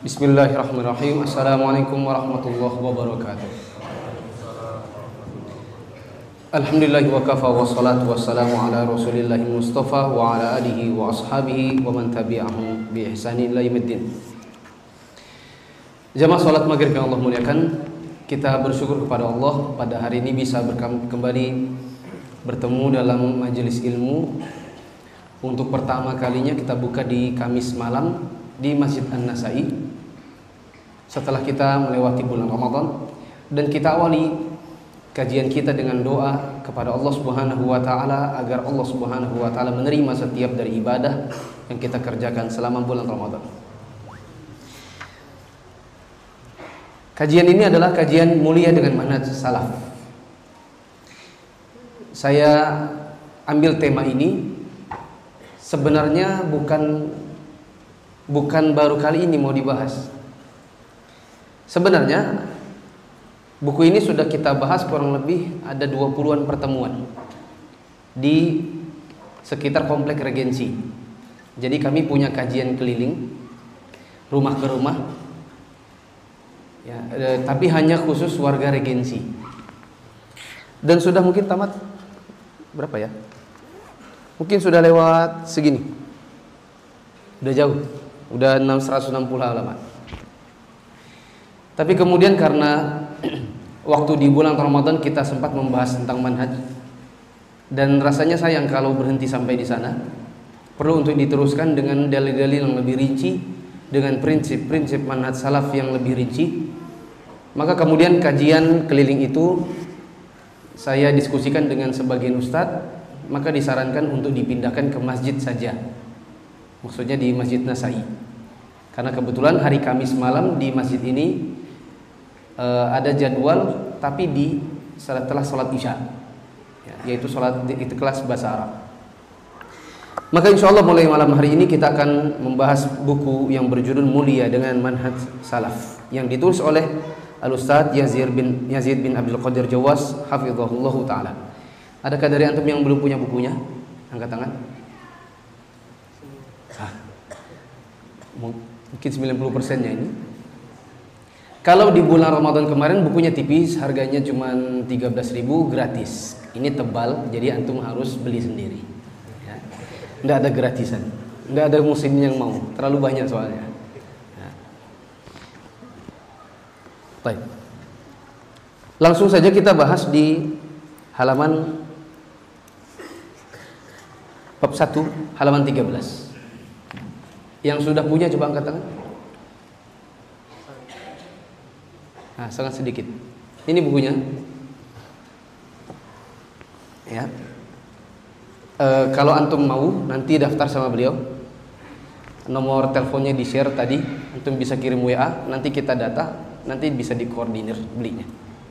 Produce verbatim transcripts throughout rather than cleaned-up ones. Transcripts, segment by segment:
Bismillahirrahmanirrahim. Assalamualaikum warahmatullahi wabarakatuh. Alhamdulillahi wa kafa wa salatu wassalamu ala rasulillahi mustafa wa ala alihi wa ashabihi wa man tabi'ahum bi ihsanin ila yaumiddin. Jamaah salat maghrib yang Allah muliakan, kita bersyukur kepada Allah pada hari ini bisa kembali bertemu dalam majelis ilmu. Untuk pertama kalinya kita buka di Kamis malam di Masjid An-Nasai setelah kita melewati bulan Ramadan, dan kita awali kajian kita dengan doa kepada Allah Subhanahu wa taala agar Allah Subhanahu wa taala menerima setiap dari ibadah yang kita kerjakan selama bulan Ramadan. Kajian ini adalah kajian mulia dengan manhaj salaf. Saya ambil tema ini sebenarnya bukan bukan baru kali ini mau dibahas. Sebenarnya buku ini sudah kita bahas kurang lebih ada dua puluhan pertemuan di sekitar komplek Regensi. Jadi kami punya kajian keliling rumah ke rumah ya, eh, tapi hanya khusus warga Regensi. Dan sudah mungkin tamat berapa ya? Mungkin sudah lewat segini. Udah jauh. Udah enam ratus enam puluh halaman. Tapi kemudian karena waktu di bulan Ramadan kita sempat membahas tentang manhaj, dan rasanya sayang kalau berhenti sampai di sana. Perlu untuk diteruskan dengan dalil-dalil yang lebih rinci, dengan prinsip-prinsip manhaj salaf yang lebih rinci. Maka kemudian kajian keliling itu saya diskusikan dengan sebagian ustadz, maka disarankan untuk dipindahkan ke masjid saja. Maksudnya di Masjid Nasai. Karena kebetulan hari Kamis malam di masjid ini Uh, ada jadwal, tapi di setelah sholat isya, ya, yaitu sholat itu kelas bahasa Arab. Maka insya Allah mulai malam hari ini kita akan membahas buku yang berjudul Mulia dengan Manhaj Salaf, yang ditulis oleh Al-Ustadz Yazid bin Yazid bin Abdul Qadir Jawas, hafizahullah taala. Adakah dari antum yang belum punya bukunya? Angkat tangan. Ah, mungkin sembilan puluh persennya ini. Kalau di bulan Ramadan kemarin bukunya tipis, harganya cuma tiga belas ribu gratis. Ini tebal, jadi antum harus beli sendiri. Ya. Nggak ada gratisan, nggak ada muslim yang mau, terlalu banyak soalnya. Ya. Baik. Langsung saja kita bahas di halaman bab satu, halaman tiga belas. Yang sudah punya coba angkat tangan. Nah, sangat sedikit. Ini bukunya. Ya. E, kalau antum mau nanti daftar sama beliau. Nomor teleponnya di share tadi. Antum bisa kirim W A. Nanti kita data. Nanti bisa dikoordinir belinya.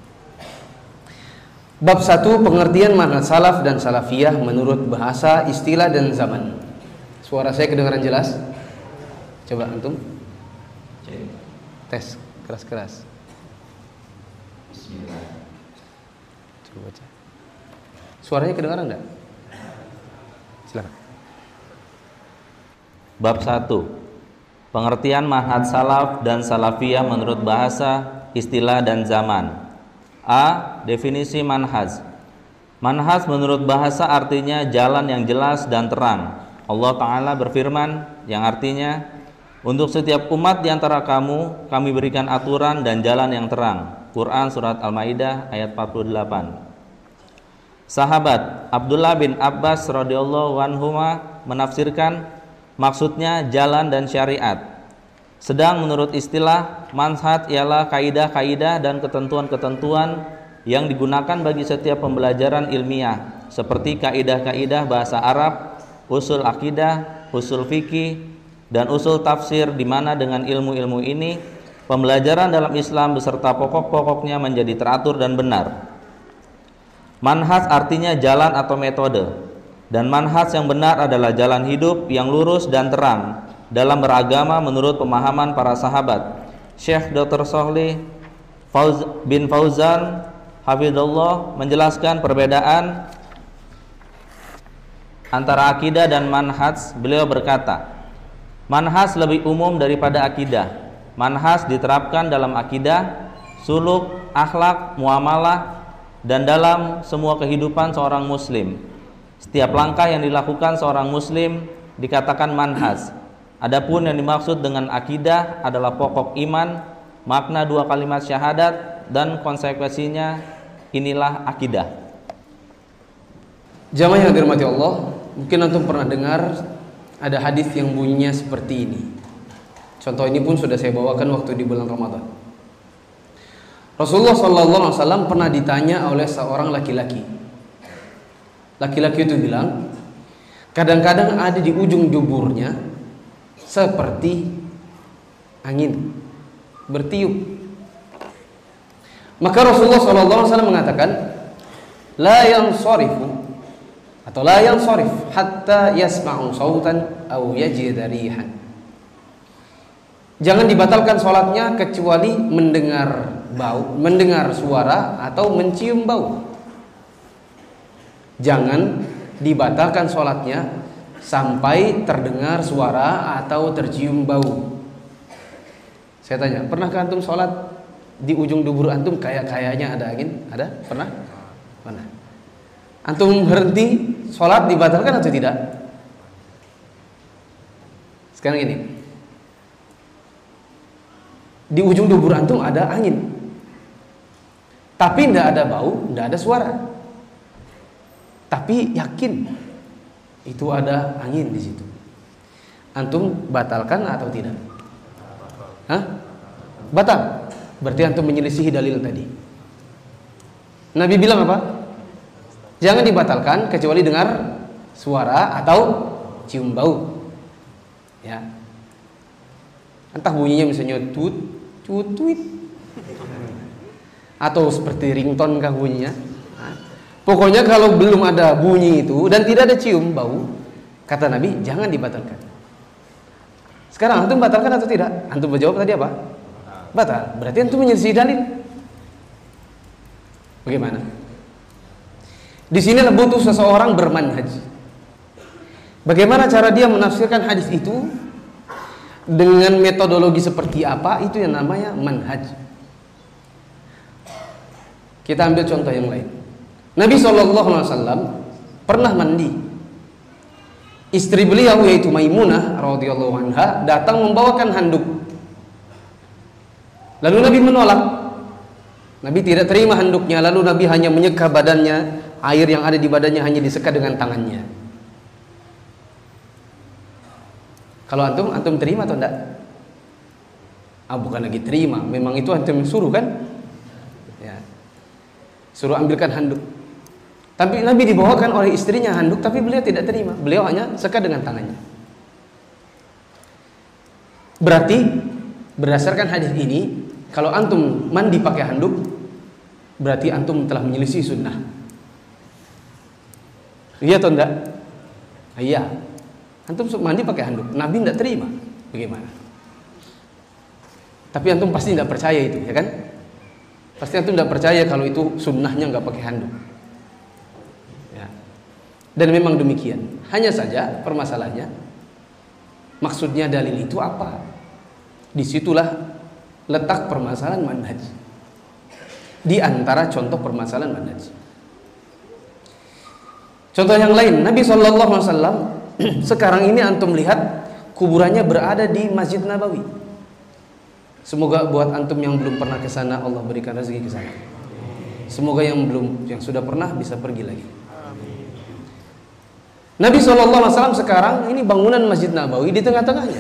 Bab satu, pengertian manhaj salaf dan salafiyah menurut bahasa, istilah dan zaman. Suara saya kedengaran jelas? Coba antum. Tes keras-keras. Bismillah. Coba baca. Suaranya kedengaran enggak? Silakan. Bab satu. Pengertian manhaj salaf dan salafiyah menurut bahasa, istilah dan zaman. A. Definisi manhaj. Manhaj menurut bahasa artinya jalan yang jelas dan terang. Allah Ta'ala berfirman yang artinya, untuk setiap umat di antara kamu, kami berikan aturan dan jalan yang terang. Quran Surat Al-Ma'idah ayat empat puluh delapan. Sahabat Abdullah bin Abbas radhiyallahu anhuma menafsirkan maksudnya jalan dan syariat. Sedang menurut istilah, manhaj ialah kaidah-kaidah dan ketentuan-ketentuan yang digunakan bagi setiap pembelajaran ilmiah, seperti kaidah-kaidah bahasa Arab, usul akidah, usul fikih, dan usul tafsir, di mana dengan ilmu-ilmu ini pembelajaran dalam Islam beserta pokok-pokoknya menjadi teratur dan benar. Manhaj artinya jalan atau metode, dan manhaj yang benar adalah jalan hidup yang lurus dan terang dalam beragama menurut pemahaman para sahabat. Syekh Doktor Sholih Fauz bin Fauzan hafizallah menjelaskan perbedaan antara akidah dan manhaj. Beliau berkata, manhaj lebih umum daripada akidah. Manhaj diterapkan dalam akidah, suluk, akhlak, muamalah, dan dalam semua kehidupan seorang muslim. Setiap langkah yang dilakukan seorang muslim dikatakan manhaj. Adapun yang dimaksud dengan akidah adalah pokok iman, makna dua kalimat syahadat, dan konsekuensinya inilah akidah. Jamaah yang dirahmati Allah, mungkin antum pernah dengar ada hadis yang bunyinya seperti ini. Contoh ini pun sudah saya bawakan waktu di bulan Ramadan. Rasulullah shallallahu alaihi wasallam pernah ditanya oleh seorang laki-laki. Laki-laki itu bilang, kadang-kadang ada di ujung duburnya seperti angin bertiup. Maka Rasulullah shallallahu alaihi wasallam mengatakan, la yansarifu atau la yansarif hatta yasma'u sautan aw yajida rihan. Jangan dibatalkan sholatnya kecuali mendengar bau, mendengar suara atau mencium bau. Jangan dibatalkan sholatnya sampai terdengar suara atau tercium bau. Saya tanya, pernahkah antum sholat di ujung dubur antum kayak-kayaknya ada angin? Ada? Pernah? Pernah. Antum berhenti sholat dibatalkan atau tidak? Sekarang ini, di ujung dubur antum ada angin, tapi tidak ada bau, tidak ada suara, tapi yakin itu ada angin di situ. Antum batalkan atau tidak? Hah? Batal. Berarti antum menyelisihi dalil tadi. Nabi bilang apa? Jangan dibatalkan kecuali dengar suara atau cium bau. Ya. Entah bunyinya misalnya tut, tut, tweet, atau seperti ringtone kah bunyinya. Nah, pokoknya kalau belum ada bunyi itu dan tidak ada cium bau, kata Nabi jangan dibatalkan. Sekarang antum batalkan atau tidak? Antum menjawab tadi apa? Batal. Berarti antum menyelisih dalil. Bagaimana? Di sini butuh seseorang bermanhaj. Bagaimana cara dia menafsirkan hadis itu? Dengan metodologi seperti apa? Itu yang namanya manhaj. Kita ambil contoh yang lain. Nabi shallallahu alaihi wasallam pernah mandi. Istri beliau yaitu Maimunah radhiyallahu anha datang membawakan handuk. Lalu Nabi menolak. Nabi tidak terima handuknya. Lalu Nabi hanya menyeka badannya. Air yang ada di badannya hanya diseka dengan tangannya. Kalau antum, antum terima atau enggak? Ah, bukan lagi terima, memang itu antum suruh kan? Ya. Suruh ambilkan handuk. Tapi Nabi dibawakan oleh istrinya handuk, tapi beliau tidak terima. Beliau hanya seka dengan tangannya. Berarti berdasarkan hadis ini, kalau antum mandi pakai handuk, berarti antum telah menyelisih sunnah. Iya atau enggak? Iya. Antum mandi pakai handuk, Nabi tidak terima. Bagaimana? Tapi antum pasti tidak percaya itu, ya kan? Pasti antum tidak percaya kalau itu sunnahnya nggak pakai handuk. Ya. Dan memang demikian. Hanya saja permasalahannya, maksudnya dalil itu apa? Disitulah letak permasalahan manhaj. Di antara contoh permasalahan manhaj. Contoh yang lain, Nabi shallallahu alaihi wasallam sekarang ini antum lihat kuburannya berada di Masjid Nabawi. Semoga buat antum yang belum pernah ke sana Allah berikan rezeki ke sana. Semoga yang belum, yang sudah pernah bisa pergi lagi. Nabi shallallahu alaihi wasallam sekarang ini bangunan Masjid Nabawi di tengah-tengahnya.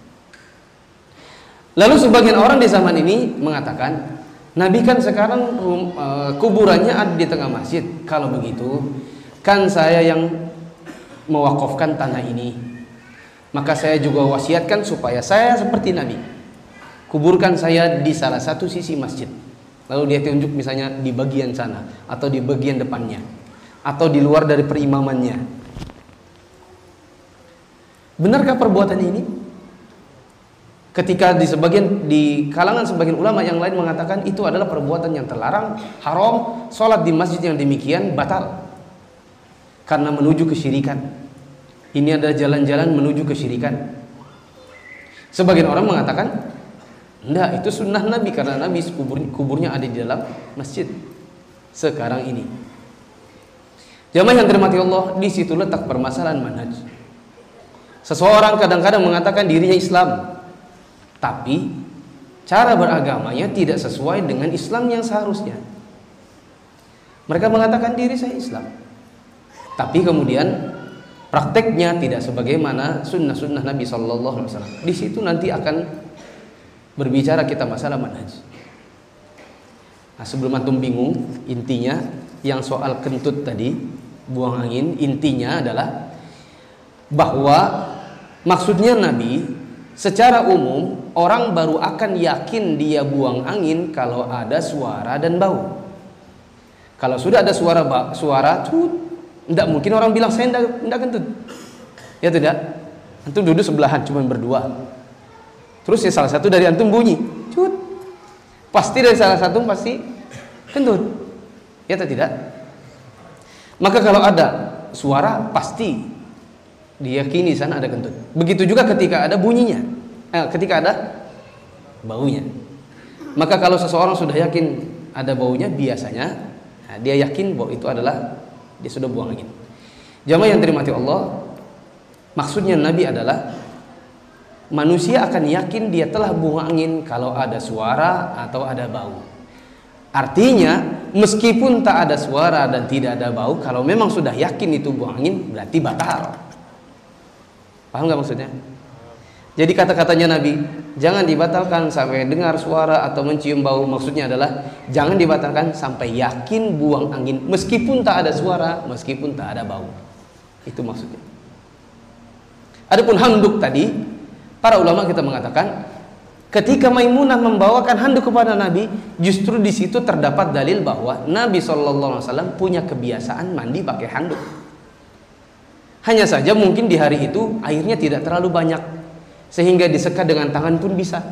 Lalu sebagian orang di zaman ini mengatakan, Nabi kan sekarang uh, kuburannya ada di tengah masjid. Kalau begitu, kan saya yang mewakafkan tanah ini, maka saya juga wasiatkan supaya saya seperti Nabi, kuburkan saya di salah satu sisi masjid. Lalu dia tunjuk misalnya di bagian sana, atau di bagian depannya, atau di luar dari perimamannya. Benarkah perbuatan ini? Ketika di sebagian di kalangan sebagian ulama yang lain mengatakan itu adalah perbuatan yang terlarang, haram, sholat di masjid yang demikian batal karena menuju kesyirikan. Ini adalah jalan-jalan menuju kesyirikan. Sebagian orang mengatakan Enggak, itu sunnah Nabi karena Nabi kubur, kuburnya ada di dalam masjid sekarang ini. Jamaah yang dirahmati Allah, di situ letak permasalahan manhaj. Seseorang kadang-kadang mengatakan dirinya Islam, tapi cara beragamanya tidak sesuai dengan Islam yang seharusnya. Mereka mengatakan diri saya Islam, tapi kemudian prakteknya tidak sebagaimana sunnah-sunnah Nabi Shallallahu Alaihi Wasallam. Di situ nanti akan berbicara kita masalah manhaj. Nah, sebelum antum bingung, intinya yang soal kentut tadi, buang angin, intinya adalah bahwa maksudnya Nabi secara umum orang baru akan yakin dia buang angin kalau ada suara dan bau. Kalau sudah ada suara suara tut, tidak mungkin orang bilang saya tidak kentut. Ya tidak. Antum duduk sebelahan cuma berdua. Terus ya salah satu dari antum bunyi, cut. Pasti dari salah satu pasti kentut. Ya atau tidak? Maka kalau ada suara pasti diyakini sana ada kentut. Begitu juga ketika ada bunyinya, eh, ketika ada baunya. Maka kalau seseorang sudah yakin ada baunya, biasanya nah, dia yakin bahwa itu adalah dia sudah buang angin. Jamaah yang dirahmati Allah, maksudnya Nabi adalah manusia akan yakin dia telah buang angin kalau ada suara atau ada bau. Artinya meskipun tak ada suara dan tidak ada bau, kalau memang sudah yakin itu buang angin berarti batal. Paham gak maksudnya? Jadi kata-katanya Nabi, jangan dibatalkan sampai dengar suara atau mencium bau. Maksudnya adalah jangan dibatalkan sampai yakin buang angin meskipun tak ada suara, meskipun tak ada bau. Itu maksudnya. Adapun handuk tadi, para ulama kita mengatakan ketika Maimunah membawakan handuk kepada Nabi, justru di situ terdapat dalil bahwa Nabi shallallahu alaihi wasallam punya kebiasaan mandi pakai handuk. Hanya saja mungkin di hari itu airnya tidak terlalu banyak sehingga disekat dengan tangan pun bisa.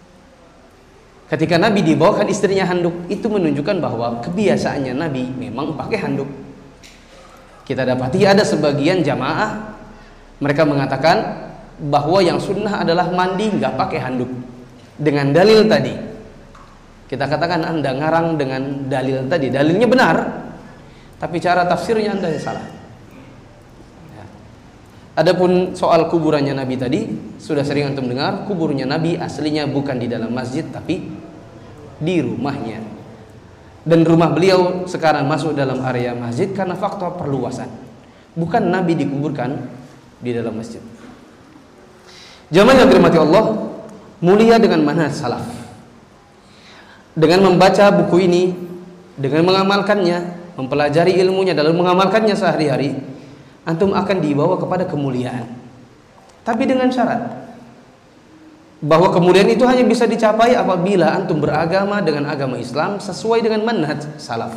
Ketika Nabi dibawakan istrinya handuk, itu menunjukkan bahwa kebiasaannya Nabi memang pakai handuk. Kita dapati ada sebagian jamaah mereka mengatakan bahwa yang sunnah adalah mandi nggak pakai handuk dengan dalil tadi. Kita katakan anda ngarang dengan dalil tadi, dalilnya benar, tapi cara tafsirnya anda yang salah. Ya. Adapun soal kuburannya Nabi tadi, sudah sering antum dengar, kuburnya Nabi aslinya bukan di dalam masjid tapi di rumahnya. Dan rumah beliau sekarang masuk dalam area masjid karena faktor perluasan. Bukan Nabi dikuburkan di dalam masjid. Jamaah yang dirahmati Allah, mulia dengan manhaj salaf. Dengan membaca buku ini, dengan mengamalkannya, mempelajari ilmunya dalam mengamalkannya sehari-hari, antum akan dibawa kepada kemuliaan. Tapi dengan syarat bahwa kemuliaan itu hanya bisa dicapai apabila antum beragama dengan agama Islam sesuai dengan manhaj salaf.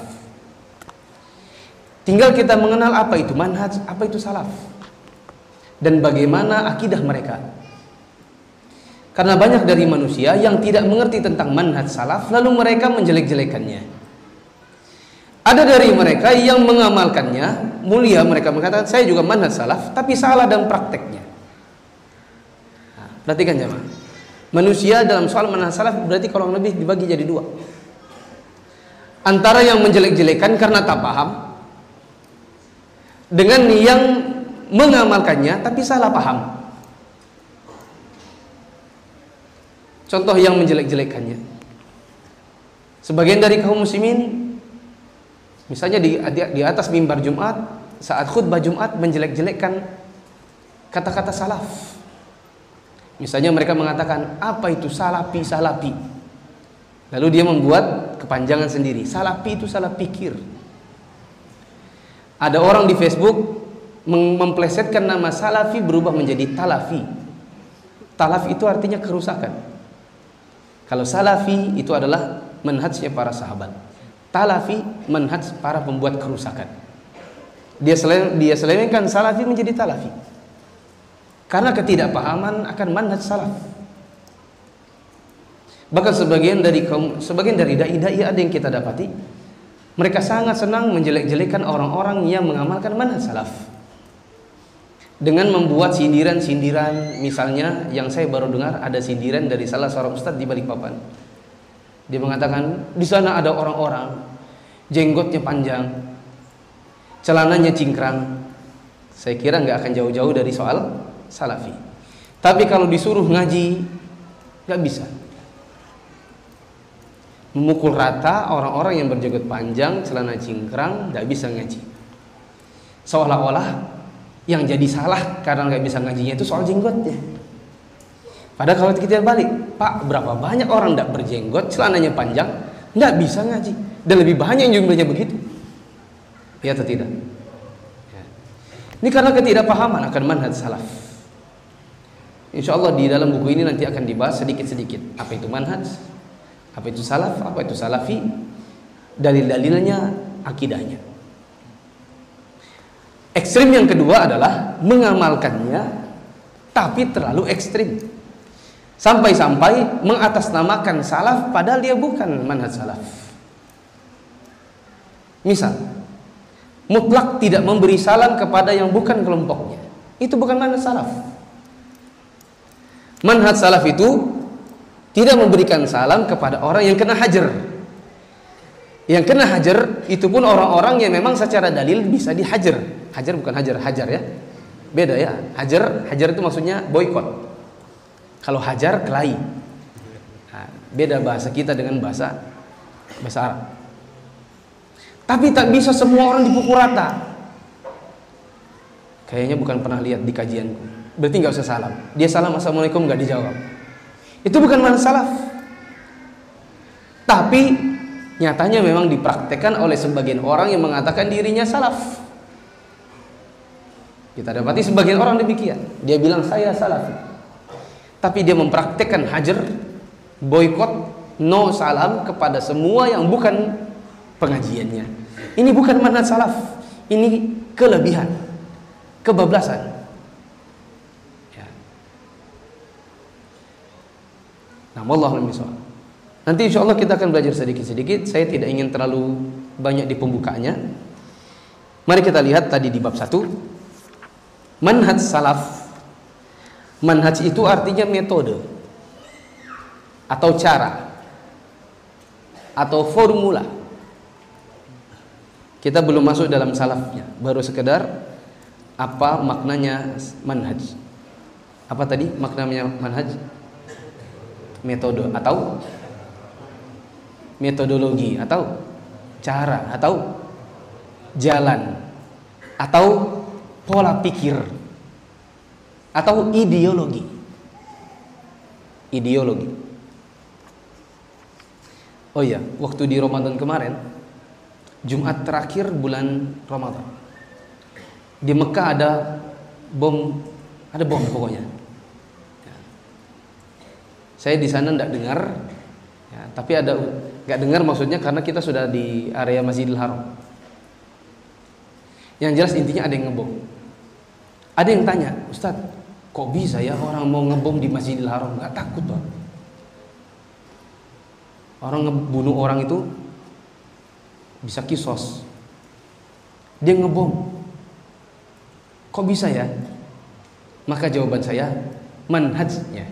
Tinggal kita mengenal apa itu manhaj, apa itu salaf, dan bagaimana akidah mereka. Karena banyak dari manusia yang tidak mengerti tentang manhaj salaf, lalu mereka menjelek-jelekannya. Ada dari mereka yang mengamalkannya, mulia, mereka mengatakan saya juga manhaj salaf, tapi salah dalam prakteknya. Nah, perhatikan jemaah, manusia dalam soal manhaj salaf berarti kalau lebih dibagi jadi dua. Antara yang menjelek-jelekan karena tak paham, dengan yang mengamalkannya tapi salah paham. Contoh yang menjelek-jelekannya, sebagian dari kaum muslimin misalnya di, di atas mimbar Jumat saat khutbah Jumat menjelek-jelekkan kata-kata salaf. Misalnya mereka mengatakan apa itu salafi salafi, lalu dia membuat kepanjangan sendiri, salafi itu salah pikir. Ada orang di Facebook memplesetkan nama salafi berubah menjadi talafi. Talaf itu artinya kerusakan. Kalau salafi itu adalah manhajnya para sahabat, talafi manhaj para pembuat kerusakan. Dia sel dia selewengkan salafi menjadi talafi karena ketidakpahaman akan manhaj salaf. Bahkan sebagian dari kaum, sebagian dari dai-dai ada yang kita dapati, mereka sangat senang menjelek-jelekan orang-orang yang mengamalkan manhaj salaf. dengan membuat sindiran-sindiran. Misalnya yang saya baru dengar ada sindiran dari salah seorang ustadz di Balikpapan. Dia mengatakan di sana ada orang-orang jenggotnya panjang, celananya cingkrang. Saya kira nggak akan jauh-jauh dari soal salafi. Tapi kalau disuruh ngaji nggak bisa. Memukul rata orang-orang yang berjenggot panjang, celana cingkrang, nggak bisa ngaji. Seolah-olah yang jadi salah karena nggak bisa ngajinya itu soal jenggotnya. Padahal kalau kita balik, Pak, berapa banyak orang nggak berjenggot, celananya panjang, nggak bisa ngaji, dan lebih banyak yang jumlahnya begitu. Ya atau tidak? Ya. Ini karena ketidakpahaman akan manhaj salaf. Insya Allah di dalam buku ini nanti akan dibahas sedikit-sedikit apa itu manhaj, apa itu salaf, apa itu salafi, dalil-dalilnya, akidahnya. Ekstrim yang kedua adalah mengamalkannya tapi terlalu ekstrim, sampai-sampai mengatasnamakan salaf padahal dia bukan manhaj salaf. Misal, mutlak tidak memberi salam kepada yang bukan kelompoknya, itu bukan manhaj salaf. Manhaj salaf itu tidak memberikan salam kepada orang yang kena hajar. Yang kena hajar itu pun orang-orang yang memang secara dalil bisa dihajar. Hajar bukan hajar, hajar ya, beda ya. Hajar, hajar itu maksudnya boykot. Kalau hajar, kelahi. Nah, beda bahasa kita dengan bahasa bahasa Arab. Tapi tak bisa semua orang dipukul rata. Kayaknya bukan pernah lihat di kajianku. Berarti nggak usah salam. Dia salam assalamualaikum nggak dijawab. Itu bukan manhaj salaf. Tapi nyatanya memang dipraktekkan oleh sebagian orang yang mengatakan dirinya salaf. Kita dapati sebagian orang demikian. Dia bilang saya salafi, tapi dia mempraktekkan hajar, boykot, no salam kepada semua yang bukan pengajiannya. Ini bukan manhaj salaf. Ini kelebihan, kebablasan. Ya. Nah, wallahu a'lam bishawab. Nanti insya Allah kita akan belajar sedikit-sedikit. Saya tidak ingin terlalu banyak di pembukaannya. Mari kita lihat tadi di bab satu. Manhaj salaf. Manhaj itu artinya metode atau cara atau formula. Kita belum masuk dalam salafnya, baru sekedar apa maknanya manhaj. Apa tadi maknanya manhaj? Metode atau metodologi atau cara atau jalan atau pola pikir atau ideologi. Ideologi. Oh iya, waktu di Ramadan kemarin, Jumat terakhir bulan Ramadan, di Mekah ada bom, ada bom pokoknya. Ya. Saya di sana tidak dengar, ya, tapi ada nggak dengar maksudnya karena kita sudah di area Masjidil Haram. Yang jelas intinya ada yang ngebom. Ada yang tanya, Ustadz, kok bisa ya orang mau ngebom di Masjidil Haram? Nggak takut Pak? Orang ngebunuh orang itu bisa kisos. Dia ngebom. Kok bisa ya? Maka jawaban saya, manhajnya.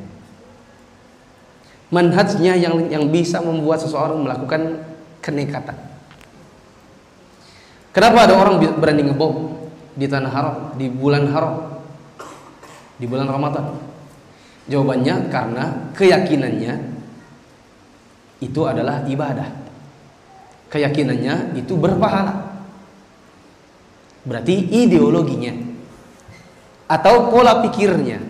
Manhajnya yang yang bisa membuat seseorang melakukan kenekatan. Kenapa ada orang berani ngebom di tanah haram, di bulan haram, di bulan Ramadan? Jawabannya karena keyakinannya itu adalah ibadah. Keyakinannya itu berpahala. Berarti ideologinya atau pola pikirnya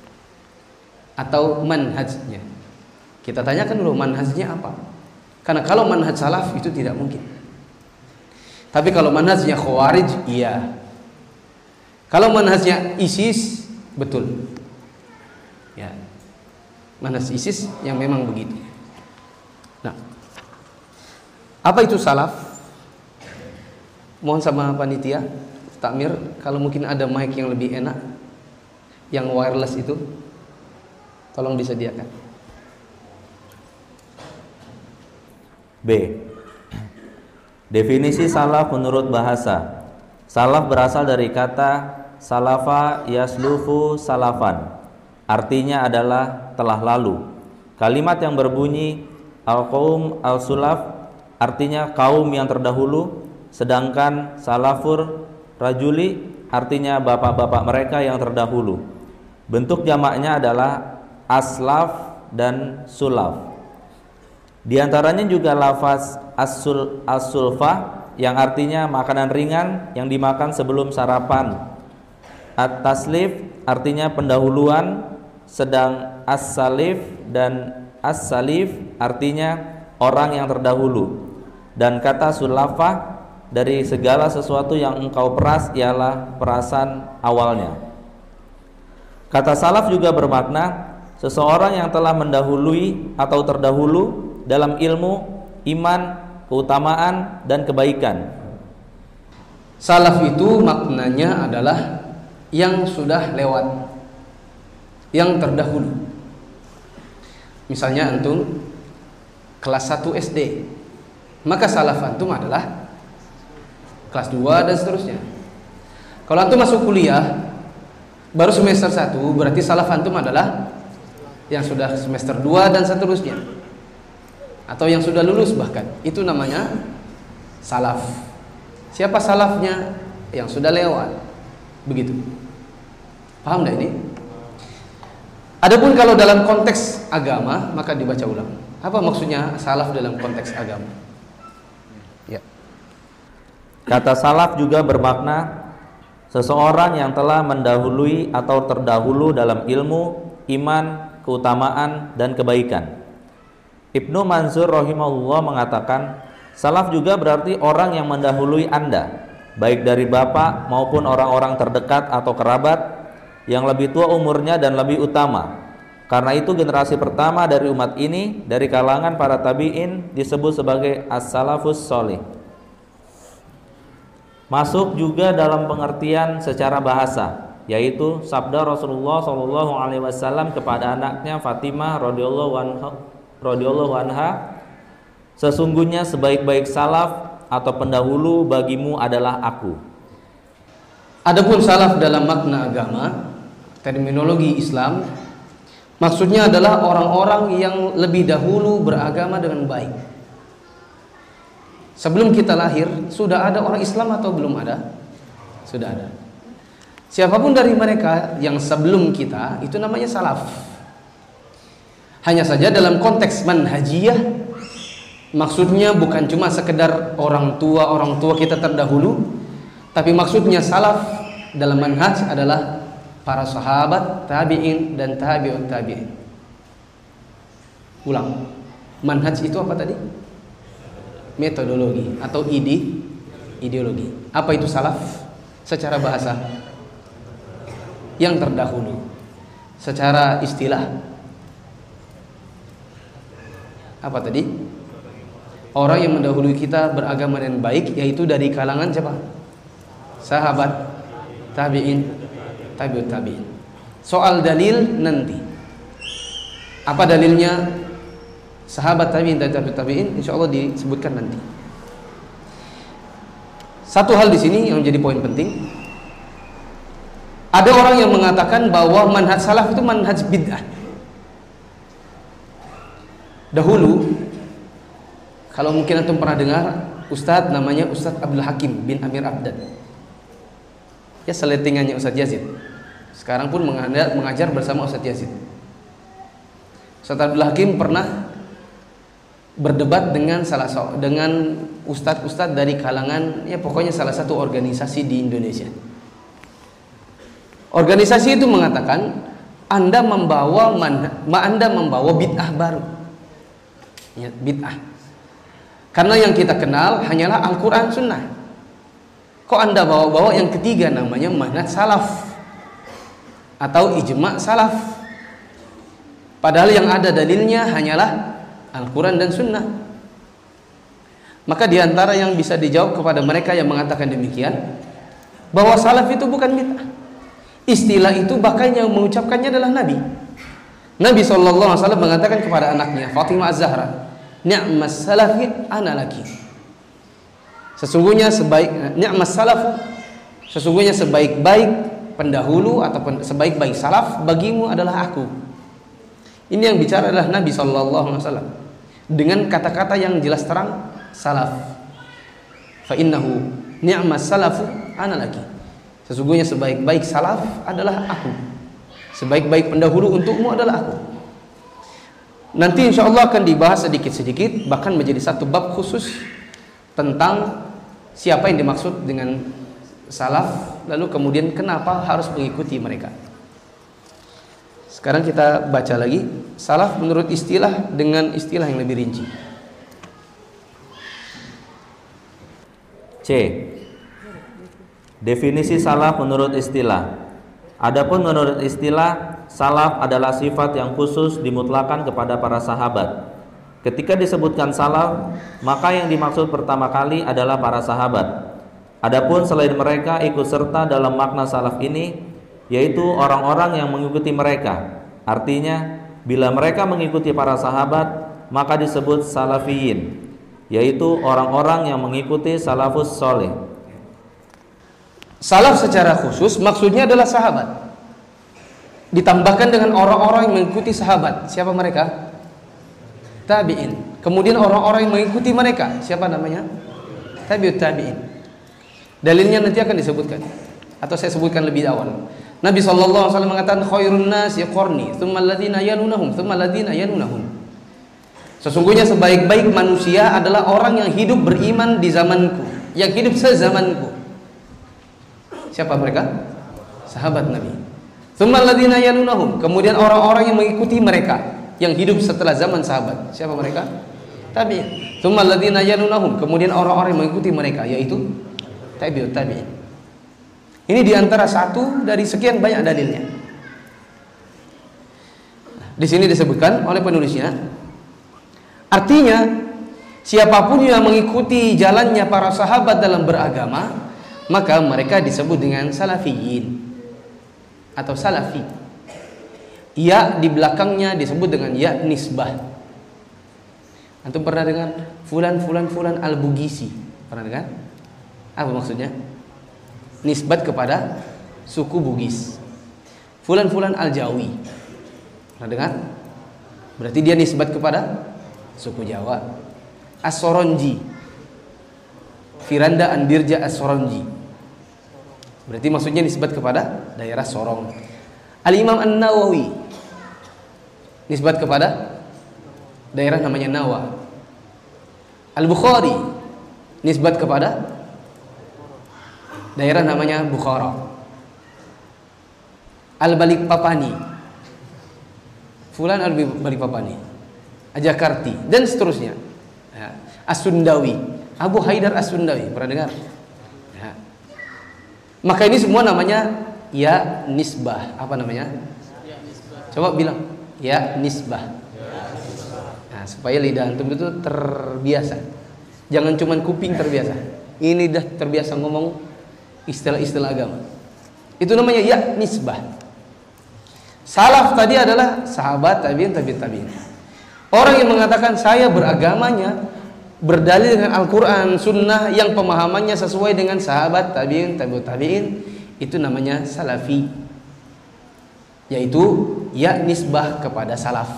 atau manhajnya. Kita tanyakan dulu manhajnya apa? Karena kalau manhaj salaf itu tidak mungkin. Tapi kalau manhajnya Khawarij, iya. Kalau manhajnya ISIS, betul. Ya. Manhaj ISIS yang memang begitu. Nah, apa itu salaf? Mohon sama panitia takmir, kalau mungkin ada mic yang lebih enak, yang wireless itu, tolong disediakan. B. Definisi salaf menurut bahasa. Salaf berasal dari kata salafa yaslufu salafan, artinya adalah telah lalu. Kalimat yang berbunyi al-qaum al-sulaf artinya kaum yang terdahulu, sedangkan salafur rajuli artinya bapak-bapak mereka yang terdahulu. Bentuk jamaknya adalah aslaf dan sulaf. Di antaranya juga lafaz as-sul as-sulfa yang artinya makanan ringan yang dimakan sebelum sarapan. At-taslif artinya pendahuluan, sedang as-salif dan as-salif artinya orang yang terdahulu. Dan kata sulafah dari segala sesuatu yang engkau peras ialah perasan awalnya. Kata salaf juga bermakna seseorang yang telah mendahului atau terdahulu dalam ilmu, iman, keutamaan, dan kebaikan. Salaf itu maknanya adalah yang sudah lewat, yang terdahulu. Misalnya antum kelas satu S D, maka salaf antum adalah kelas dua dan seterusnya. Kalau antum masuk kuliah baru semester satu, berarti salaf antum adalah yang sudah semester dua dan seterusnya, atau yang sudah lulus bahkan. Itu namanya salaf. Siapa salafnya? Yang sudah lewat. Begitu. Paham enggak ini? Adapun kalau dalam konteks agama, maka dibaca ulang. Apa maksudnya salaf dalam konteks agama? Ya. Kata salaf juga bermakna seseorang yang telah mendahului atau terdahulu dalam ilmu, iman, keutamaan, dan kebaikan. Ibnu Mansur rahimahullah mengatakan, salaf juga berarti orang yang mendahului Anda, baik dari bapak maupun orang-orang terdekat atau kerabat yang lebih tua umurnya dan lebih utama. Karena itu generasi pertama dari umat ini dari kalangan para tabi'in disebut sebagai as-salafus sholih. Masuk juga dalam pengertian secara bahasa, yaitu sabda Rasulullah shallallahu alaihi wasallam kepada anaknya Fatimah radhiyallahu anha, radhiyallahu anha, sesungguhnya sebaik-baik salaf atau pendahulu bagimu adalah aku. Adapun salaf dalam makna agama, terminologi Islam, maksudnya adalah orang-orang yang lebih dahulu beragama dengan baik. Sebelum kita lahir, sudah ada orang Islam atau belum ada? Sudah ada. Siapapun dari mereka yang sebelum kita, itu namanya salaf. Hanya saja dalam konteks manhajiyah, maksudnya bukan cuma sekedar orang tua orang tua kita terdahulu, tapi maksudnya salaf dalam manhaj adalah para sahabat, tabi'in, dan tabi'ut tabi'in. Ulang. Manhaj itu apa tadi? Metodologi atau ide, ideologi. Apa itu salaf? Secara bahasa, yang terdahulu. Secara istilah, apa tadi? Orang yang mendahului kita beragama dengan baik, yaitu dari kalangan siapa? Sahabat, tabi'in, tabi'ut tabi'in. Soal dalil nanti. Apa dalilnya? Sahabat tabi'in dan tabi'ut tabi'in insyaallah disebutkan nanti. Satu hal di sini yang menjadi poin penting. Ada orang yang mengatakan bahwa manhaj salaf itu manhaj bid'ah. Dahulu, kalau mungkin antum pernah dengar Ustadz namanya Ustadz Abdul Hakim bin Amir Abdan. Ya, seletingannya Ustadz Yazid. Sekarang pun mengajar bersama Ustadz Yazid. Ustadz Abdul Hakim pernah berdebat dengan salah dengan ustadz-ustadz dari kalangan, ya pokoknya salah satu organisasi di Indonesia. Organisasi itu mengatakan Anda membawa man, Anda membawa bid'ah baru. Ya, bid'ah. Karena yang kita kenal hanyalah Al-Qur'an Sunnah. Kok Anda bawa-bawa yang ketiga namanya manhaj salaf atau ijma' salaf? Padahal yang ada dalilnya hanyalah Al-Quran dan Sunnah. Maka diantara yang bisa dijawab kepada mereka yang mengatakan demikian, bahwa salaf itu bukan bid'ah. Istilah itu bahkan yang mengucapkannya adalah Nabi. Nabi shallallahu alaihi wasallam mengatakan kepada anaknya Fatimah Az-Zahra, ni'mas salafi ana laki. Sesungguhnya sebaik ni'mas salafu, sesungguhnya sebaik-baik pendahulu atau sebaik-baik salaf bagimu adalah aku. Ini yang bicara adalah Nabi Shallallahu Alaihi Wasallam dengan kata-kata yang jelas terang, salaf. Fa innahu ni'mas salafu ana laki. Sesungguhnya sebaik-baik salaf adalah aku. Sebaik-baik pendahulu untukmu adalah aku. Nanti insya Allah akan dibahas sedikit-sedikit, bahkan menjadi satu bab khusus tentang siapa yang dimaksud dengan salaf, lalu kemudian kenapa harus mengikuti mereka. Sekarang kita baca lagi salaf menurut istilah dengan istilah yang lebih rinci. C. Definisi salaf menurut istilah. Adapun menurut istilah, salaf adalah sifat yang khusus dimutlakan kepada para sahabat. Ketika disebutkan salaf, maka yang dimaksud pertama kali adalah para sahabat. Adapun selain mereka ikut serta dalam makna salaf ini, yaitu orang-orang yang mengikuti mereka. Artinya, bila mereka mengikuti para sahabat, maka disebut salafiyin, yaitu orang-orang yang mengikuti salafus soleh. Salaf secara khusus maksudnya adalah sahabat, ditambahkan dengan orang-orang yang mengikuti sahabat. Siapa mereka? Tabi'in. Kemudian orang-orang yang mengikuti mereka, siapa namanya? Tabi'ut tabi'in. Dalilnya nanti akan disebutkan, atau saya sebutkan lebih awal. Nabi shallallahu alaihi wasallam mengatakan khairun nasi qarni, tsumma alladziina yalunahum, tsumma alladziina yalunahum. Sesungguhnya sebaik-baik manusia adalah orang yang hidup beriman di zamanku, yang hidup sezamanku. Siapa mereka? Sahabat Nabi. Tsumma alladziina yalunahum, kemudian orang-orang yang mengikuti mereka, yang hidup setelah zaman sahabat. Siapa mereka? Tabi'in. Tsumma alladziina yalunahum, kemudian orang-orang yang mengikuti mereka, yaitu tabi'ut tabi'in. Ini diantara satu dari sekian banyak dalilnya. Di sini disebutkan oleh penulisnya, artinya siapapun yang mengikuti jalannya para sahabat dalam beragama, maka mereka disebut dengan salafiyin atau salafi. Ya di belakangnya disebut dengan ya nisbah. Antum pernah dengar fulan fulan fulan al-Bugisi? Pernah dengar? Apa maksudnya? Nisbat kepada suku Bugis. Fulan fulan al-Jawi. Pernah dengar? Berarti dia nisbat kepada suku Jawa. As-Soronji, Firanda Andirja As-Soronji, berarti maksudnya nisbat kepada daerah Sorong. Al-Imam An-Nawawi, nisbat kepada daerah namanya Nawa. Al-Bukhari, nisbat kepada daerah namanya Bukhara. Al-Balikpapani, fulan Al-Balikpapani, Jakarta, dan seterusnya. Ya. As-Sundawi, Abu Haidar As-Sundawi, pernah dengar? Ya. Maka ini semua namanya ya nisbah. Apa namanya? Ya, nisbah. Coba bilang ya nisbah. Ya, nisbah. Nah, supaya lidah antum itu terbiasa. Jangan cuman kuping terbiasa. Ini dah terbiasa ngomong istilah-istilah agama. Itu namanya ya nisbah. Salaf tadi adalah sahabat, tabi'in, tabi'in, tabi'in. Orang yang mengatakan saya beragamanya berdalil dengan Al-Quran, Sunnah yang pemahamannya sesuai dengan sahabat, tabi'in, tabi'ut tabi'in, itu namanya salafi, yaitu ya nisbah kepada salaf.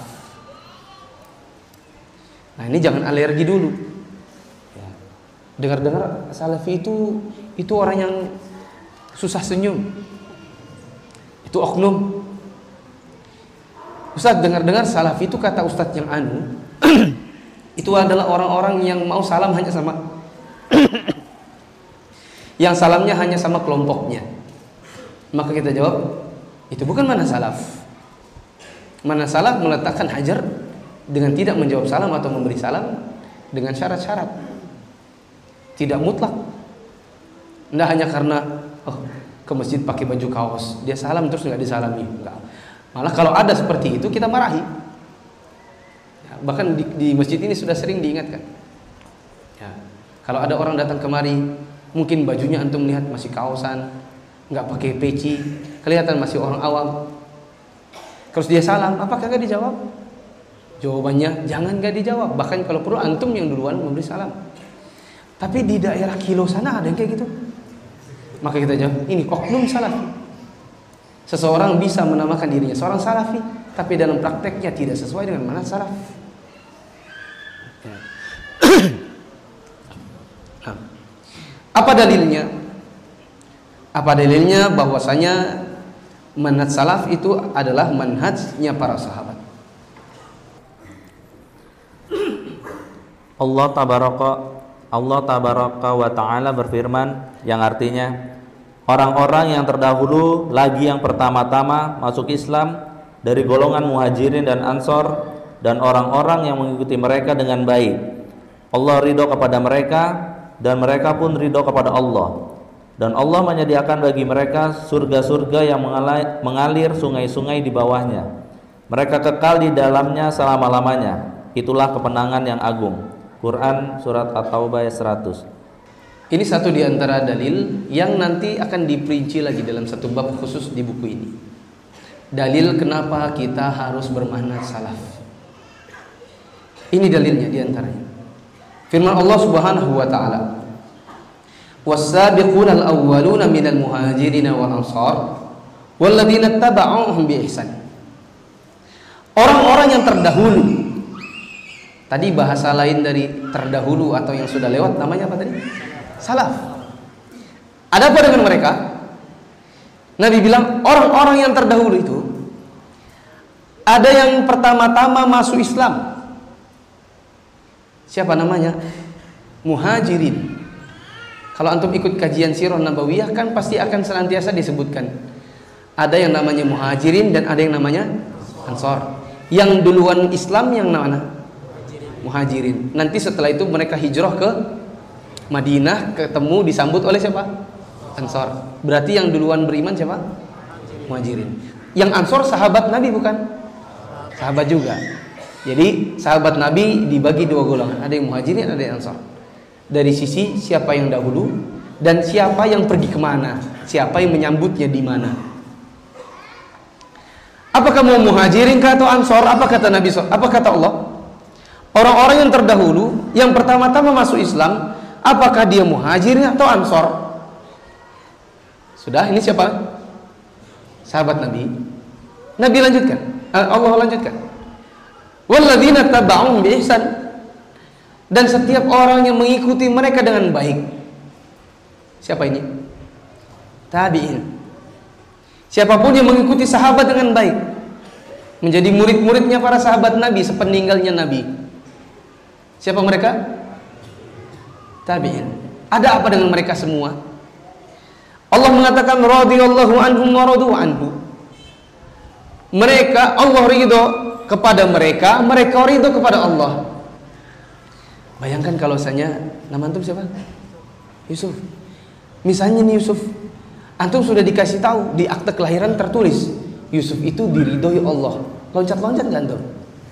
Nah ini jangan alergi dulu. Ya. Dengar-dengar salafi itu itu orang yang susah senyum, itu oknum. Ustaz, dengar-dengar salafi itu kata Ustaz yang anu itu adalah orang-orang yang mau salam hanya sama yang salamnya hanya sama kelompoknya. Maka kita jawab, itu bukan mana salaf. Mana salaf meletakkan hajar dengan tidak menjawab salam atau memberi salam dengan syarat-syarat, tidak mutlak. Tidak hanya karena oh, ke masjid pakai baju kaos dia salam terus nggak disalami, enggak. Malah kalau ada seperti itu kita marahi. Ya, bahkan di, di masjid ini sudah sering diingatkan. Ya, kalau ada orang datang kemari, mungkin bajunya antum lihat masih kaosan, nggak pakai peci, kelihatan masih orang awam. Terus dia salam, apakah nggak dijawab? Jawabannya jangan nggak dijawab. Bahkan kalau perlu antum yang duluan memberi salam. Tapi di daerah Kilo sana ada yang kayak gitu. Maka kita jawab, ini oknum salaf. Seseorang bisa menamakan dirinya seorang salafi, tapi dalam prakteknya tidak sesuai dengan manhaj salaf. Apa dalilnya? Apa dalilnya bahwasanya manhaj salaf itu adalah manhajnya para sahabat? Allah tabaraka Allah tabaraka wa ta'ala berfirman yang artinya, orang-orang yang terdahulu lagi yang pertama-tama masuk Islam dari golongan muhajirin dan ansor, dan orang-orang yang mengikuti mereka dengan baik, Allah ridho kepada mereka dan mereka pun ridho kepada Allah. Dan Allah menyediakan bagi mereka surga-surga yang mengalir sungai-sungai di bawahnya. Mereka kekal di dalamnya selama-lamanya. Itulah kemenangan yang agung. Quran surat At-Taubah ayat seratus. Ini satu di antara dalil yang nanti akan diperinci lagi dalam satu bab khusus di buku ini. Dalil kenapa kita harus bermanhaj salaf. Ini dalilnya di antaranya. Firman Allah Subhanahu wa taala, "Was-sabiquna al-awwaluna minal muhajirin wal ansar walladzina ittaba'uuhum bi ihsan." Orang-orang yang terdahulu. Tadi bahasa lain dari terdahulu atau yang sudah lewat namanya apa tadi? Salaf. Ada apa dengan mereka? Nabi bilang orang-orang yang terdahulu itu ada yang pertama-tama masuk Islam. Siapa namanya? Muhajirin. Kalau antum ikut kajian sirah nabawiyah kan pasti akan senantiasa disebutkan. Ada yang namanya muhajirin dan ada yang namanya ansor. Yang duluan Islam yang mana? Muhajirin. Nanti setelah itu mereka hijrah ke Madinah, ketemu disambut oleh siapa? Ansor. Berarti yang duluan beriman siapa? Muhajirin. Yang ansor sahabat Nabi bukan? Sahabat juga. Jadi sahabat Nabi dibagi dua golongan. Ada yang muhajirin, ada yang ansor. Dari sisi siapa yang dahulu dan siapa yang pergi kemana, siapa yang menyambutnya di mana. Apakah mau muhajirin atau ansor? Apa kata Nabi? Apa kata Allah? Orang-orang yang terdahulu, yang pertama-tama masuk Islam, apakah dia muhajirin atau ansor? Sudah, ini siapa? Sahabat Nabi. Nabi lanjutkan. Allah lanjutkan. Walladzina taba'uhum bi ihsan. Dan setiap orang yang mengikuti mereka dengan baik. Siapa ini? Tabi'in. Siapapun yang mengikuti sahabat dengan baik, menjadi murid-muridnya para sahabat Nabi sepeninggalnya Nabi. Siapa mereka? Tabi'in. Ada apa dengan mereka semua? Allah mengatakan radhiyallahu anhum wa radu anhu. Mereka, Allah ridho kepada mereka, mereka ridho kepada Allah. Bayangkan kalau misalnya nama antum siapa? Yusuf. Misalnya nih Yusuf, antum sudah dikasih tahu di akte kelahiran tertulis Yusuf itu diridhoi Allah. Loncat-loncat nggak antum?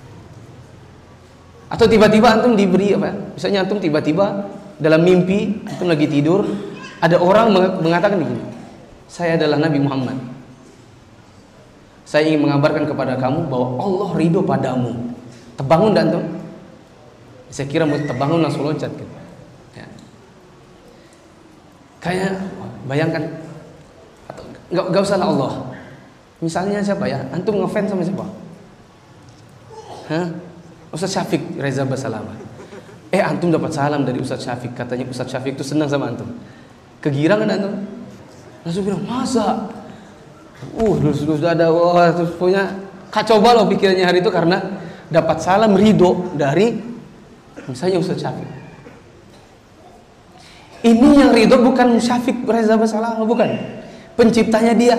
Atau tiba-tiba antum diberi apa? Misalnya antum tiba-tiba dalam mimpi antum lagi tidur, ada orang mengatakan begini, saya adalah Nabi Muhammad. Saya ingin mengabarkan kepada kamu bahwa Allah ridho padamu. Terbangun dan antum? Saya kira mau terbangun langsung loncat kan? Ya. Kayak bayangkan, atau nggak nggak usah lah Allah. Misalnya siapa ya? Antum ngefans sama siapa? Hah? Ustaz Syafiq Reza Basalamah. Eh antum dapat salam dari Ustaz Syafiq, katanya Ustaz Syafiq itu senang sama antum. Kegirangan antum? Langsung bilang masa? Uh, sudah ada wah terus punya kacau balau pikirannya hari itu karena dapat salam ridho dari misalnya Ustaz Syafiq. Ini yang ridho bukan Syafiq Reza Basalamah, bukan. Penciptanya dia.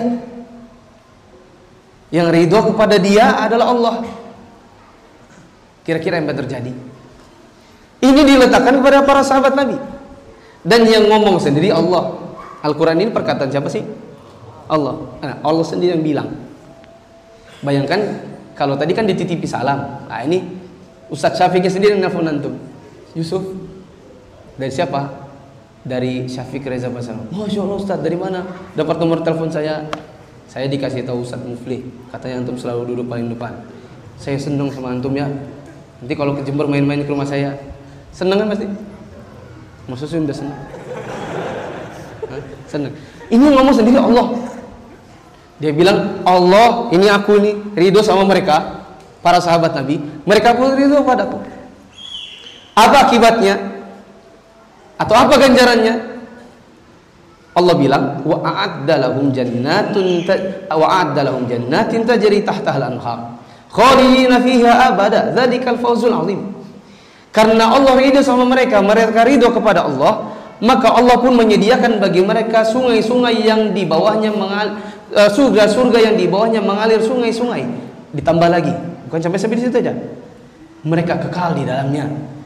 Yang ridho kepada dia adalah Allah. Kira-kira yang terjadi. Ini diletakkan kepada para sahabat Nabi. Dan yang ngomong sendiri Allah. Al-Quran ini perkataan siapa sih? Allah. Nah, Allah sendiri yang bilang. Bayangkan kalau tadi kan dititipi salam. Nah ini Ustaz Syafiqnya sendiri yang nelfon antum. Yusuf. Dari siapa? Dari Syafiq Reza Basalamah. Masya Allah Ustaz, dari mana? Dapat nomor telepon saya. Saya dikasih tahu Ustaz Mufli. Katanya antum selalu duduk paling depan. Saya senang sama antum ya. Nanti kalau ke Jember main-main ke rumah saya. Senang kan pasti? Maksudnya udah senang. Hah? Senang. Ini ngomong sendiri Allah. Dia bilang, Allah, ini aku ini ridho sama mereka, para sahabat Nabi, mereka pun ridho padaku. Apa akibatnya? Atau apa ganjarannya? Allah bilang, wa a'adda lahum jannatun wa a'adda lahum jannatin tajri tahtaha al-anhar khalidina fiha abada dzalikal fawzul azim. Karena Allah ridho sama mereka, mereka ridho kepada Allah, maka Allah pun menyediakan bagi mereka sungai-sungai yang di bawahnya mengalir, surga-surga yang di bawahnya mengalir sungai-sungai. Ditambah lagi, bukan sampai sampai di situ aja. Mereka kekal di dalamnya.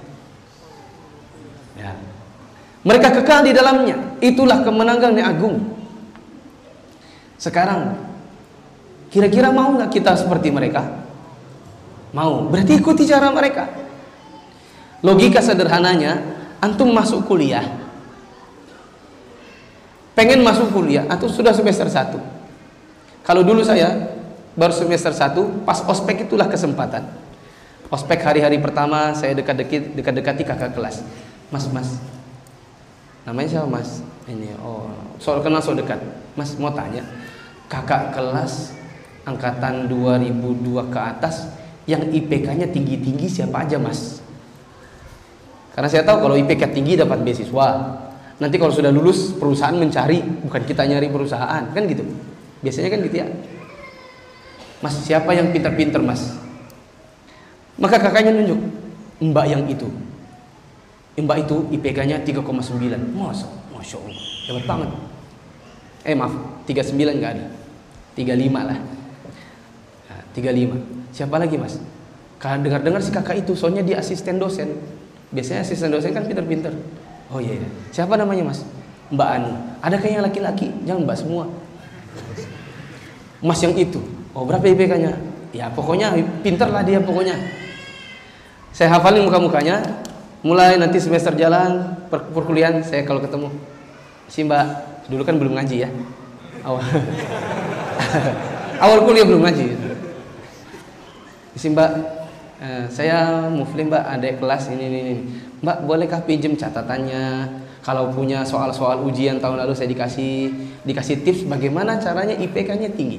Ya. Mereka kekal di dalamnya. Itulah kemenangan yang agung. Sekarang, kira-kira mau nggak kita seperti mereka? Mau. Berarti ikuti cara mereka. Logika sederhananya, antum masuk kuliah, pengen masuk kuliah, atau sudah semester satu. Kalau dulu saya baru semester satu, pas ospek itulah kesempatan. Ospek hari-hari pertama saya dekat-dekat dekat-dekati kakak kelas. Mas, mas, namanya siapa mas? Ini, oh, soal kenal so dekat. Mas mau tanya, kakak kelas angkatan dua ribu dua ke atas yang I P K-nya tinggi-tinggi siapa aja mas? Karena saya tahu kalau I P K tinggi dapat beasiswa. Nanti kalau sudah lulus perusahaan mencari, bukan kita nyari perusahaan, kan gitu. Biasanya kan gitu ya. Mas, siapa yang pintar-pintar mas? Maka kakaknya nunjuk, mbak yang itu. Mbak itu I P K-nya tiga koma sembilan. Masa, masya Allah, hebat banget. Eh maaf, tiga koma sembilan nggak ada, tiga koma lima lah. Nah, tiga koma lima. Siapa lagi mas? Kalau dengar-dengar si kakak itu, soalnya dia asisten dosen. Biasanya asisten dosen kan pintar-pintar. Oh iya, iya. Siapa namanya mas? Mbak Anu. Ada kayak yang laki-laki, jangan mbak semua. Mas yang itu. Oh berapa I P K-nya? Ya pokoknya pintar lah dia pokoknya. Saya hafalin muka-mukanya. Mulai nanti semester jalan per perkuliahan saya kalau ketemu, si mbak dulu kan belum ngaji ya, awal awal kuliah belum ngaji. Si mbak, eh, saya mufli mbak, adik kelas ini ini. Mbak bolehkah pinjem catatannya? Kalau punya soal-soal ujian tahun lalu saya dikasih dikasih tips bagaimana caranya I P K-nya tinggi.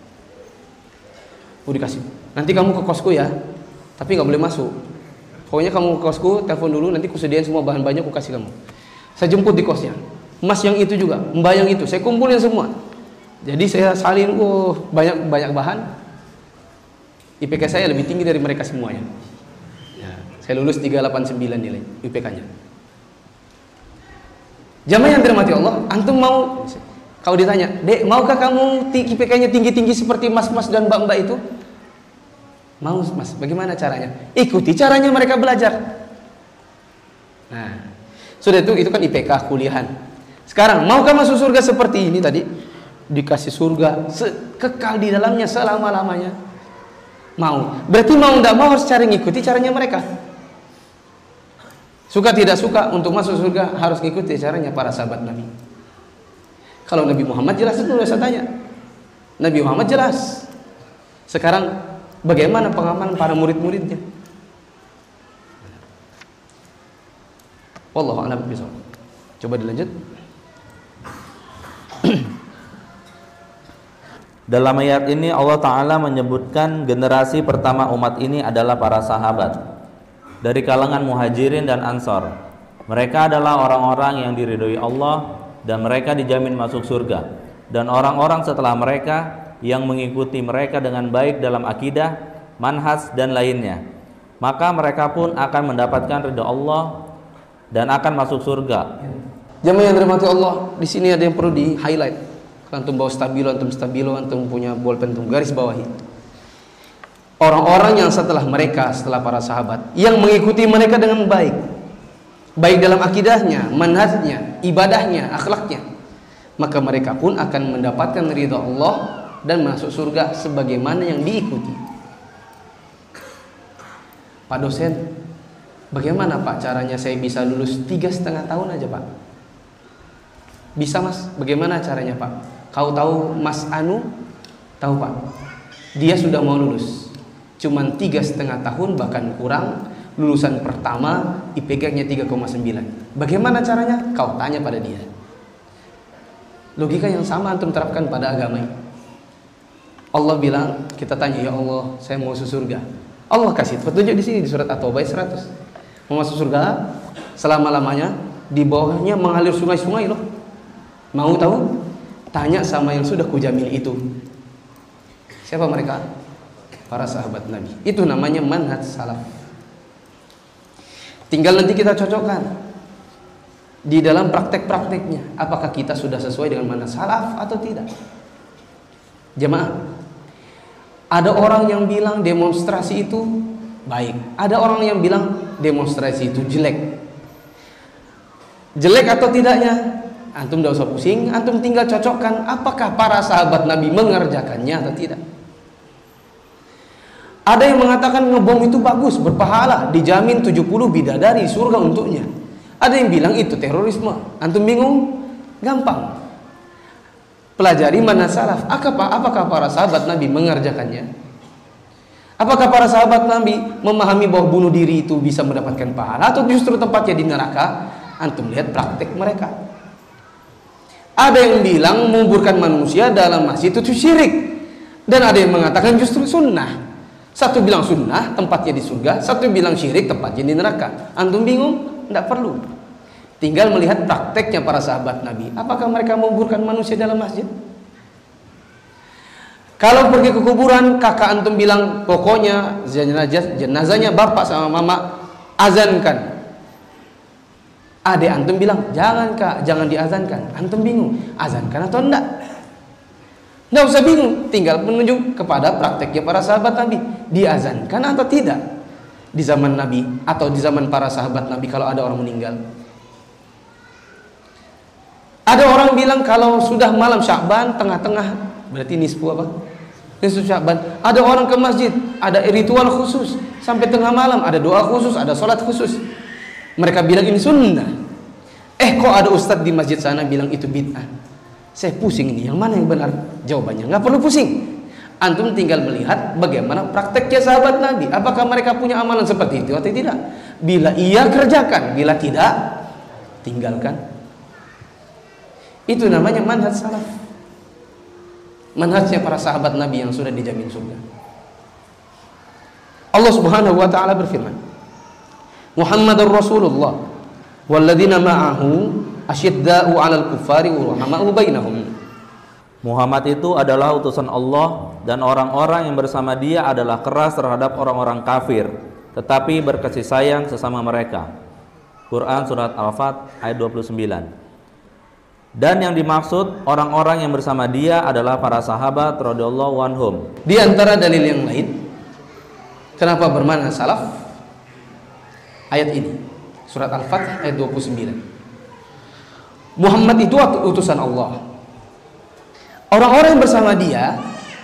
Oh dikasih. Nanti kamu ke kosku ya, tapi nggak boleh masuk. Pokoknya kamu ke kosku, telepon dulu, nanti kusediain semua bahan-bahannya, aku kasih kamu. Saya jemput di kosnya. Mas yang itu juga, mbak yang itu, saya kumpulin semua. Jadi saya salin, oh banyak banyak bahan. I P K saya lebih tinggi dari mereka semuanya. Ya, saya lulus tiga koma delapan sembilan nilai I P K-nya. Jamaah yang dirahmati Allah, antum mau, kalau ditanya, dek, maukah kamu I P K-nya tinggi-tinggi seperti mas-mas dan mbak-mbak itu? Mau mas, bagaimana caranya? Ikuti caranya mereka belajar. Nah, sudah itu itu kan I P K kuliahan. Sekarang maukah masuk surga seperti ini tadi? Dikasih surga, kekal di dalamnya selama-lamanya. Mau. Berarti mau tidak mau harus cari ngikuti caranya mereka. Suka tidak suka, untuk masuk surga harus ngikuti caranya para sahabat Nabi. Kalau Nabi Muhammad jelas itu sudah saya tanya. Nabi Muhammad jelas. Sekarang bagaimana pengamalan para murid-muridnya? Wallahu a'lam bishawab. Coba dilanjut. Dalam ayat ini Allah Ta'ala menyebutkan generasi pertama umat ini adalah para sahabat dari kalangan muhajirin dan ansor. Mereka adalah orang-orang yang diridhoi Allah dan mereka dijamin masuk surga. Dan orang-orang setelah mereka yang mengikuti mereka dengan baik dalam akidah, manhaj dan lainnya, maka mereka pun akan mendapatkan ridha Allah dan akan masuk surga. Jamaah yang dirahmati Allah, di sini ada yang perlu di highlight. Antum bawa stabilo, antum stabilo, antum punya bolpen, antum garis bawahi. Orang-orang yang setelah mereka, setelah para sahabat, yang mengikuti mereka dengan baik, baik dalam akidahnya, manhajnya, ibadahnya, akhlaknya, maka mereka pun akan mendapatkan ridha Allah dan masuk surga sebagaimana yang diikuti. Pak dosen, bagaimana Pak caranya saya bisa lulus tiga setengah tahun aja Pak? Bisa Mas, bagaimana caranya Pak? Kau tahu Mas Anu? Tahu Pak? Dia sudah mau lulus, cuman tiga setengah tahun bahkan kurang. Lulusan pertama I P K-nya tiga koma sembilan. Bagaimana caranya? Kau tanya pada dia. Logika yang sama antum terapkan pada agama ini. Allah bilang, kita tanya, ya Allah, saya mau masuk surga. Allah kasih petunjuk di sini di surat At-Taubah seratus. Mau masuk surga selama-lamanya, di bawahnya mengalir sungai-sungai loh. Mau tahu? Tanya sama yang sudah kujamin itu. Siapa mereka? Para sahabat Nabi. Itu namanya manhaj salaf. Tinggal nanti kita cocokkan di dalam praktek-prakteknya, apakah kita sudah sesuai dengan manhaj salaf atau tidak. Jemaah, ada orang yang bilang demonstrasi itu baik, ada orang yang bilang demonstrasi itu jelek. Jelek atau tidaknya, antum tidak usah pusing, antum tinggal cocokkan apakah para sahabat Nabi mengerjakannya atau tidak. Ada yang mengatakan ngebom itu bagus, berpahala, dijamin tujuh puluh bidadari surga untuknya. Ada yang bilang itu terorisme. Antum bingung? Gampang. Pelajari manhaj salaf. Apakah para sahabat Nabi mengerjakannya? Apakah para sahabat Nabi memahami bahwa bunuh diri itu bisa mendapatkan pahala atau justru tempatnya di neraka? Antum lihat praktek mereka. Ada yang bilang menguburkan manusia dalam masjid itu syirik, dan ada yang mengatakan justru sunnah. Satu bilang sunnah, tempatnya di surga. Satu bilang syirik, tempatnya di neraka. Antum bingung? Tidak perlu. Tinggal melihat prakteknya para sahabat Nabi. Apakah mereka menguburkan manusia dalam masjid? Kalau pergi ke kuburan, kakak antum bilang pokoknya jenazah, jenazahnya bapak sama mama azankan. Adik antum bilang jangan kak, jangan diazankan. Antum bingung, azankan atau enggak? Nggak usah bingung, tinggal menunjuk kepada prakteknya para sahabat Nabi. Diazankan atau tidak di zaman Nabi atau di zaman para sahabat Nabi kalau ada orang meninggal. Ada orang bilang kalau sudah malam Sya'ban tengah-tengah, berarti nisfu apa? Nisfu Sya'ban. Ada orang ke masjid, ada ritual khusus sampai tengah malam, ada doa khusus, ada sholat khusus. Mereka bilang ini sunnah. Eh kok ada ustadz di masjid sana bilang itu bid'ah. Saya pusing ini, yang mana yang benar? Jawabannya nggak perlu pusing. Antum tinggal melihat bagaimana prakteknya sahabat Nabi. Apakah mereka punya amalan seperti itu atau tidak? Bila iya, kerjakan. Bila tidak, tinggalkan. Itu namanya manhaj salaf. Manhajnya para sahabat Nabi yang sudah dijamin surga. Allah Subhanahu wa taala berfirman, Muhammadur Rasulullah walladzina ma'ahu asyidda'u 'alal kuffari wa rahama'u bainahum. Muhammad itu adalah utusan Allah dan orang-orang yang bersama dia adalah keras terhadap orang-orang kafir, tetapi berkasih sayang sesama mereka. Quran surat Al-Fat ayat dua puluh sembilan. Dan yang dimaksud orang-orang yang bersama dia adalah para sahabat radhiyallahu anhum. Di antara dalil yang lain kenapa bermanhaj salaf, ayat ini surat Al-Fat ayat dua puluh sembilan. Muhammad itu utusan Allah. Orang-orang yang bersama dia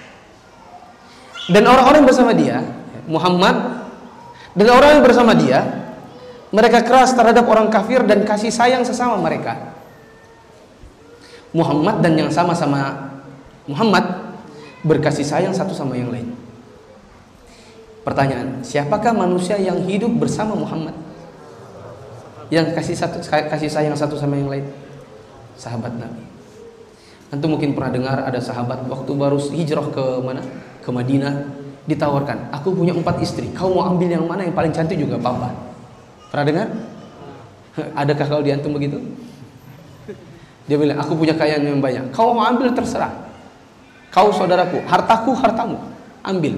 dan orang-orang yang bersama dia, Muhammad dan orang yang bersama dia, mereka keras terhadap orang kafir dan kasih sayang sesama mereka. Muhammad dan yang sama-sama Muhammad berkasih sayang satu sama yang lain. Pertanyaan, siapakah manusia yang hidup bersama Muhammad? Yang kasih satu kasih sayang satu sama yang lain? Sahabat Nabi. Antum mungkin pernah dengar ada sahabat waktu baru hijrah ke mana? Ke Madinah, ditawarkan, aku punya empat istri, kau mau ambil yang mana? Yang paling cantik juga papa. Pernah dengar? Adakah kalau di antum begitu? Dia bilang, aku punya kekayaan yang banyak, kau mau ambil terserah. Kau saudaraku, hartaku hartamu, ambil.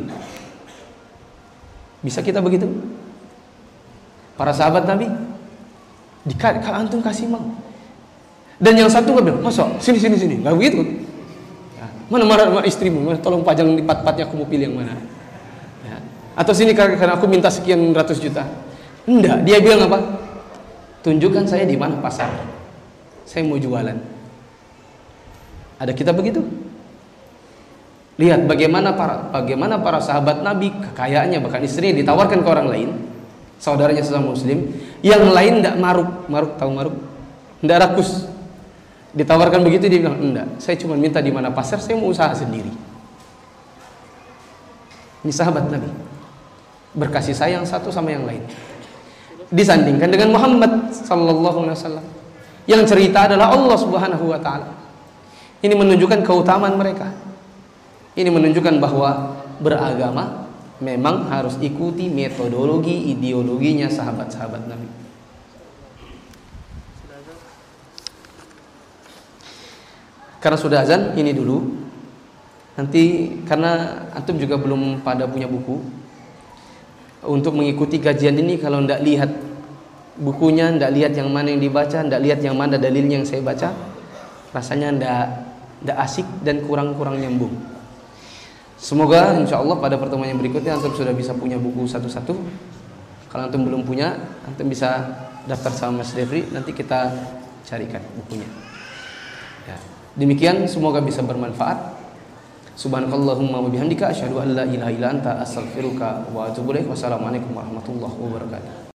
Bisa kita begitu? Para sahabat Nabi, kalau antum kasih mau. Dan yang satu nggak bilang, masa sini sini sini, nggak begitu. Ya. Mana mana istrimu, mana, tolong pajang di pat-patnya, aku mau pilih yang mana. Ya. Atau sini karena aku minta sekian ratus juta. Enggak, dia bilang apa? Tunjukkan saya di mana pasar. Saya mau jualan. Ada kita begitu? Lihat bagaimana para bagaimana para sahabat Nabi, kekayaannya bahkan istrinya ditawarkan ke orang lain, saudaranya sesama muslim, yang lain tidak maruk, maruk tahu maruk? Tidak rakus. Ditawarkan begitu dia bilang, enggak, saya cuma minta di mana pasar, saya mau usaha sendiri. Ini sahabat Nabi berkasih sayang satu sama yang lain. Disandingkan dengan Muhammad sallallahu alaihi wasallam yang cerita adalah Allah Subhanahu wa taala. Ini menunjukkan keutamaan mereka. Ini menunjukkan bahwa beragama memang harus ikuti metodologi ideologinya sahabat-sahabat Nabi. Karena sudah azan, ini dulu. Nanti karena antum juga belum pada punya buku, untuk mengikuti kajian ini kalau ndak lihat bukunya, ndak lihat yang mana yang dibaca, ndak lihat yang mana dalilnya yang saya baca, rasanya ndak ndak asik dan kurang-kurang nyambung. Semoga insya Allah pada pertemuan yang berikutnya antum sudah bisa punya buku satu-satu. Kalau antum belum punya, antum bisa daftar sama Mas Devri, nanti kita carikan bukunya. Ya. Demikian, semoga bisa bermanfaat. Subhanakallahumma wa bihamdika asyhadu an la ilaha illa anta astaghfiruka wa atubu ilaik. Wassalamualaikum warahmatullahi wabarakatuh.